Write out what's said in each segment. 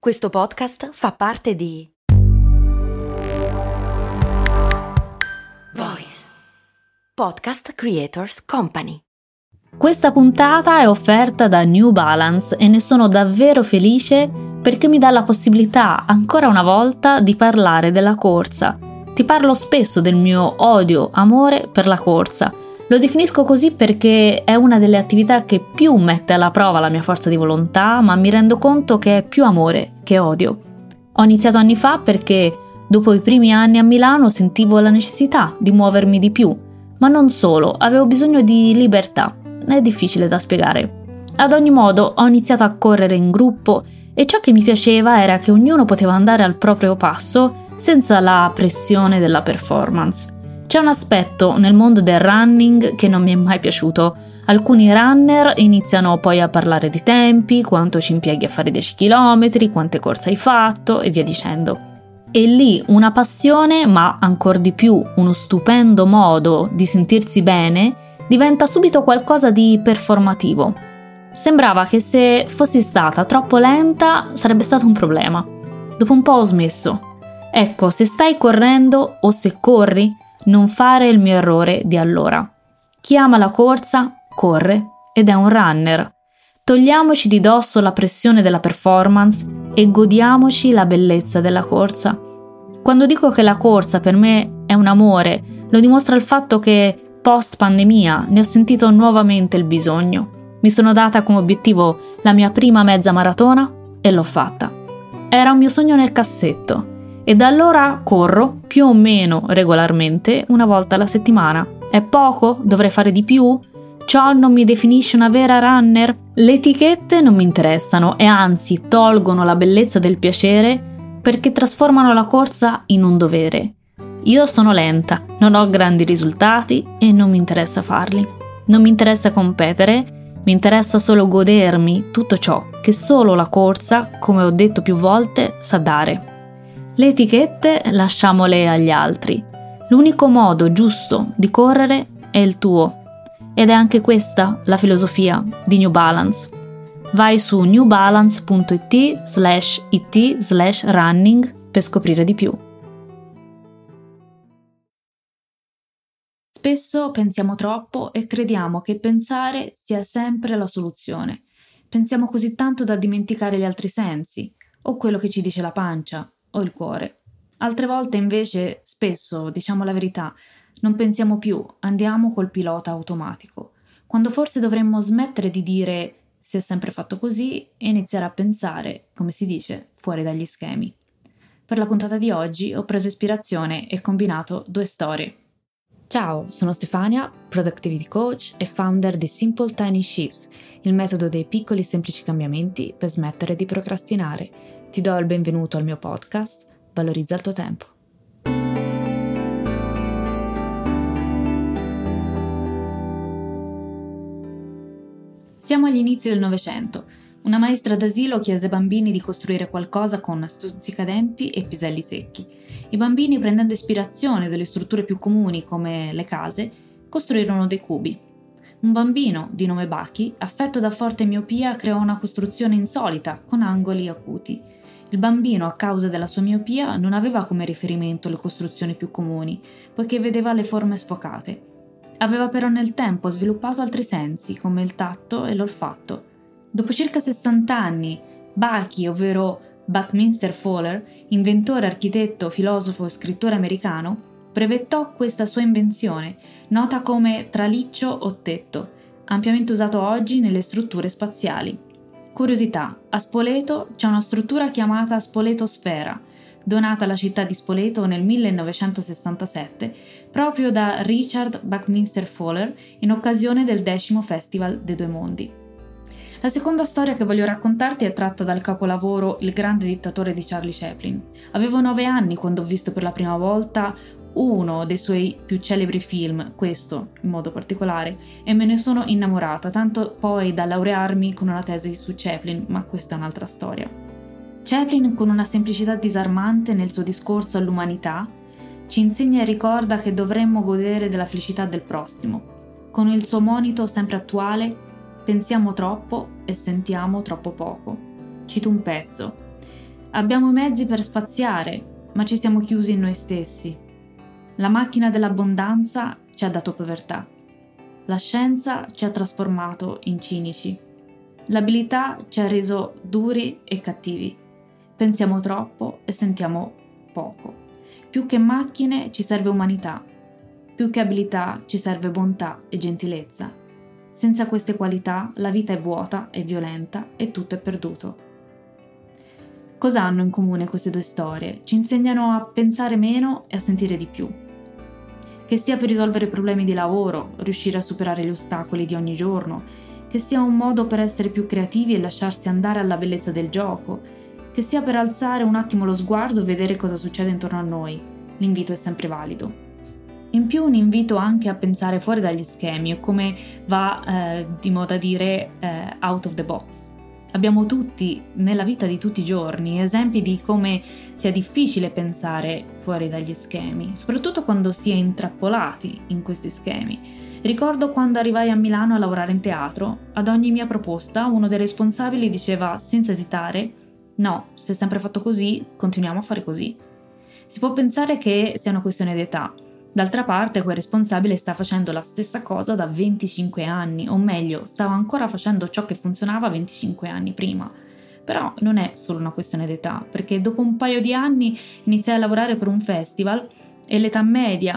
Questo podcast fa parte di Voice Podcast Creators Company. Questa puntata è offerta da New Balance e ne sono davvero felice perché mi dà la possibilità ancora una volta di parlare della corsa. Ti parlo spesso del mio odio-amore per la corsa. Lo definisco così perché è una delle attività che più mette alla prova la mia forza di volontà, ma mi rendo conto che è più amore che odio. Ho iniziato anni fa perché dopo i primi anni a Milano sentivo la necessità di muovermi di più, ma non solo, avevo bisogno di libertà. È difficile da spiegare. Ad ogni modo ho iniziato a correre in gruppo e ciò che mi piaceva era che ognuno poteva andare al proprio passo senza la pressione della performance. C'è un aspetto nel mondo del running che non mi è mai piaciuto. Alcuni runner iniziano poi a parlare di tempi, quanto ci impieghi a fare 10 km, quante corse hai fatto e via dicendo. E lì una passione, ma ancor di più uno stupendo modo di sentirsi bene, diventa subito qualcosa di performativo. Sembrava che se fossi stata troppo lenta sarebbe stato un problema. Dopo un po' ho smesso. Ecco, se stai correndo o se corri, non fare il mio errore di allora. Chi ama la corsa, corre ed è un runner. Togliamoci di dosso la pressione della performance e godiamoci la bellezza della corsa. Quando dico che la corsa per me è un amore, lo dimostra il fatto che post pandemia ne ho sentito nuovamente il bisogno. Mi sono data come obiettivo la mia prima mezza maratona e l'ho fatta. Era un mio sogno nel cassetto. E da allora corro più o meno regolarmente una volta alla settimana. È poco? Dovrei fare di più? Ciò non mi definisce una vera runner? Le etichette non mi interessano e anzi tolgono la bellezza del piacere perché trasformano la corsa in un dovere. Io sono lenta, non ho grandi risultati e non mi interessa farli. Non mi interessa competere, mi interessa solo godermi tutto ciò che solo la corsa, come ho detto più volte, sa dare. Le etichette lasciamole agli altri. L'unico modo giusto di correre è il tuo. Ed è anche questa la filosofia di New Balance. Vai su newbalance.it/running per scoprire di più. Spesso pensiamo troppo e crediamo che pensare sia sempre la soluzione. Pensiamo così tanto da dimenticare gli altri sensi, o quello che ci dice la pancia, o il cuore. Altre volte invece, spesso, diciamo la verità, non pensiamo più, andiamo col pilota automatico, quando forse dovremmo smettere di dire si è sempre fatto così e iniziare a pensare, come si dice, fuori dagli schemi. Per la puntata di oggi ho preso ispirazione e combinato due storie. Ciao, sono Stefania, Productivity Coach e founder di Simple Tiny Shifts, il metodo dei piccoli semplici cambiamenti per smettere di procrastinare. Ti do il benvenuto al mio podcast, Valorizza il tuo tempo. Siamo agli inizi del Novecento. Una maestra d'asilo chiese ai bambini di costruire qualcosa con stuzzicadenti e piselli secchi. I bambini, prendendo ispirazione dalle strutture più comuni come le case, costruirono dei cubi. Un bambino, di nome Bucky, affetto da forte miopia, creò una costruzione insolita con angoli acuti. Il bambino, a causa della sua miopia, non aveva come riferimento le costruzioni più comuni, poiché vedeva le forme sfocate. Aveva però nel tempo sviluppato altri sensi, come il tatto e l'olfatto. Dopo circa 60 anni, Bucky, ovvero Buckminster Fuller, inventore, architetto, filosofo e scrittore americano, brevettò questa sua invenzione, nota come traliccio o tetto, ampiamente usato oggi nelle strutture spaziali. Curiosità, a Spoleto c'è una struttura chiamata Spoletosfera, donata alla città di Spoleto nel 1967 proprio da Richard Buckminster Fuller in occasione del 10° Festival dei Due Mondi. La seconda storia che voglio raccontarti è tratta dal capolavoro Il grande dittatore di Charlie Chaplin. Avevo 9 anni quando ho visto per la prima volta uno dei suoi più celebri film, questo in modo particolare, e me ne sono innamorata, tanto poi da laurearmi con una tesi su Chaplin, ma questa è un'altra storia. Chaplin, con una semplicità disarmante nel suo discorso all'umanità, ci insegna e ricorda che dovremmo godere della felicità del prossimo. Con il suo monito sempre attuale, pensiamo troppo e sentiamo troppo poco. Cito un pezzo. Abbiamo i mezzi per spaziare, ma ci siamo chiusi in noi stessi. La macchina dell'abbondanza ci ha dato povertà. La scienza ci ha trasformato in cinici. L'abilità ci ha reso duri e cattivi. Pensiamo troppo e sentiamo poco. Più che macchine ci serve umanità. Più che abilità ci serve bontà e gentilezza. Senza queste qualità la vita è vuota e violenta e tutto è perduto. Cosa hanno in comune queste due storie? Ci insegnano a pensare meno e a sentire di più. Che sia per risolvere problemi di lavoro, riuscire a superare gli ostacoli di ogni giorno, che sia un modo per essere più creativi e lasciarsi andare alla bellezza del gioco, che sia per alzare un attimo lo sguardo e vedere cosa succede intorno a noi, l'invito è sempre valido. In più un invito anche a pensare fuori dagli schemi o come va di moda dire out of the box. Abbiamo tutti, nella vita di tutti i giorni, esempi di come sia difficile pensare fuori dagli schemi, soprattutto quando si è intrappolati in questi schemi. Ricordo quando arrivai a Milano a lavorare in teatro, ad ogni mia proposta uno dei responsabili diceva senza esitare: no, se è sempre fatto così, continuiamo a fare così. Si può pensare che sia una questione d'età. D'altra parte, quel responsabile sta facendo la stessa cosa da 25 anni, o meglio, stava ancora facendo ciò che funzionava 25 anni prima. Però non è solo una questione d'età, perché dopo un paio di anni iniziai a lavorare per un festival e l'età media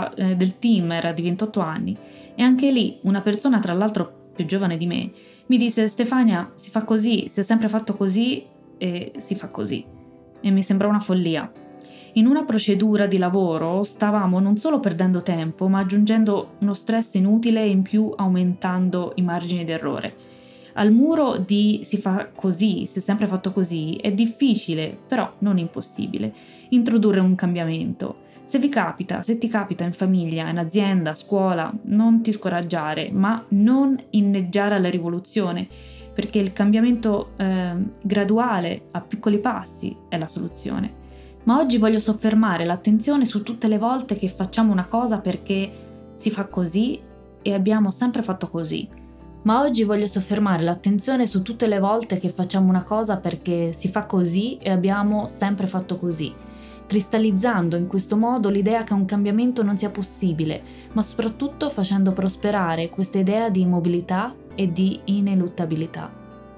del team era di 28 anni. E anche lì una persona, tra l'altro più giovane di me, mi disse: Stefania, si fa così, si è sempre fatto così e si fa così. E mi sembrò una follia. In una procedura di lavoro stavamo non solo perdendo tempo, ma aggiungendo uno stress inutile e in più aumentando i margini d'errore. Al muro di si fa così, si è sempre fatto così, è difficile, però non impossibile, introdurre un cambiamento. Se ti capita in famiglia, in azienda, a scuola, non ti scoraggiare, ma non inneggiare alla rivoluzione, perché il cambiamento graduale, a piccoli passi, è la soluzione. Ma oggi voglio soffermare l'attenzione su tutte le volte che facciamo una cosa perché si fa così e abbiamo sempre fatto così. Ma oggi voglio soffermare l'attenzione su tutte le volte che facciamo una cosa perché si fa così e abbiamo sempre fatto così, cristallizzando in questo modo l'idea che un cambiamento non sia possibile, ma soprattutto facendo prosperare questa idea di immobilità e di ineluttabilità.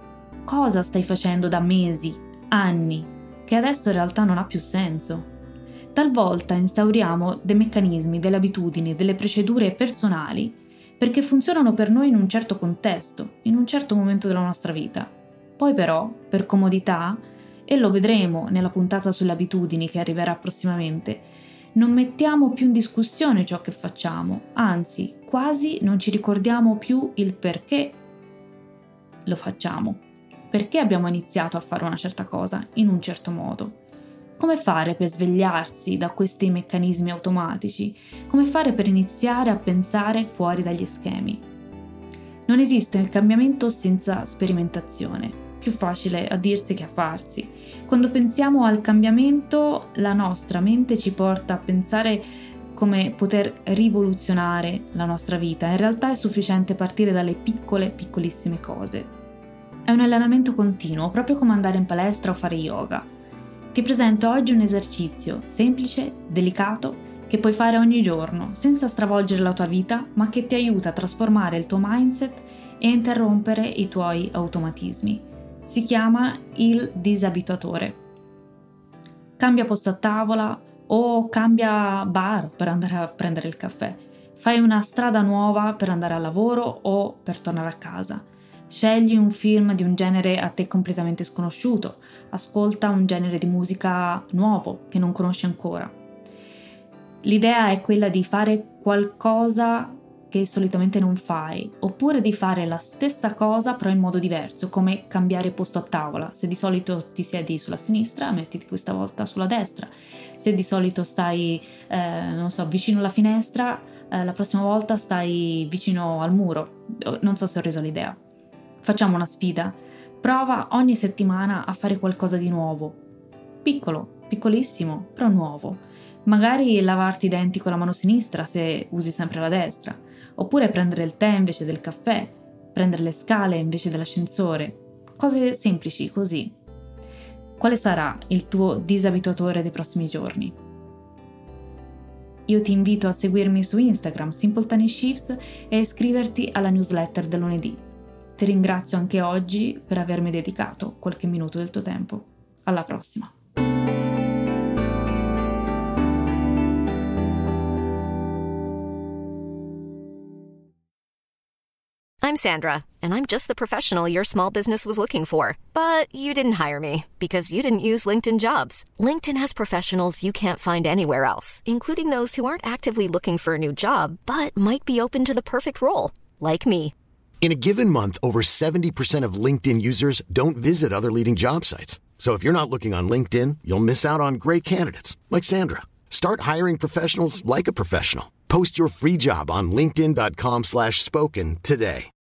Cosa stai facendo da mesi, anni, che adesso in realtà non ha più senso? Talvolta instauriamo dei meccanismi, delle abitudini, delle procedure personali perché funzionano per noi in un certo contesto, in un certo momento della nostra vita. Poi però, per comodità, e lo vedremo nella puntata sulle abitudini che arriverà prossimamente, non mettiamo più in discussione ciò che facciamo, anzi, quasi non ci ricordiamo più il perché lo facciamo. Perché abbiamo iniziato a fare una certa cosa in un certo modo? Come fare per svegliarsi da questi meccanismi automatici? Come fare per iniziare a pensare fuori dagli schemi? Non esiste il cambiamento senza sperimentazione. Più facile a dirsi che a farsi. Quando pensiamo al cambiamento, la nostra mente ci porta a pensare come poter rivoluzionare la nostra vita. In realtà è sufficiente partire dalle piccolissime cose. È un allenamento continuo, proprio come andare in palestra o fare yoga. Ti presento oggi un esercizio semplice, delicato, che puoi fare ogni giorno, senza stravolgere la tua vita, ma che ti aiuta a trasformare il tuo mindset e a interrompere i tuoi automatismi. Si chiama il disabituatore. Cambia posto a tavola o cambia bar per andare a prendere il caffè. Fai una strada nuova per andare al lavoro o per tornare a casa. Scegli un film di un genere a te completamente sconosciuto, ascolta un genere di musica nuovo che non conosci ancora. L'idea è quella di fare qualcosa che solitamente non fai, oppure di fare la stessa cosa però in modo diverso, come cambiare posto a tavola. Se di solito ti siedi sulla sinistra, mettiti questa volta sulla destra. Se di solito stai, vicino alla finestra, la prossima volta stai vicino al muro. Non so se ho reso l'idea. Facciamo una sfida. Prova ogni settimana a fare qualcosa di nuovo. Piccolo, piccolissimo, però nuovo. Magari lavarti i denti con la mano sinistra se usi sempre la destra, oppure prendere il tè invece del caffè, prendere le scale invece dell'ascensore. Cose semplici così. Quale sarà il tuo disabituatore dei prossimi giorni? Io ti invito a seguirmi su Instagram Simple Tiny Shifts e a iscriverti alla newsletter del lunedì. Ti ringrazio anche oggi per avermi dedicato qualche minuto del tuo tempo. Alla prossima! I'm Sandra, and I'm just the professional your small business was looking for. But you didn't hire me because you didn't use LinkedIn Jobs. LinkedIn has professionals you can't find anywhere else, including those who aren't actively looking for a new job, but might be open to the perfect role, like me. In a given month, over 70% of LinkedIn users don't visit other leading job sites. So if you're not looking on LinkedIn, you'll miss out on great candidates like Sandra. Start hiring professionals like a professional. Post your free job on linkedin.com/spoken today.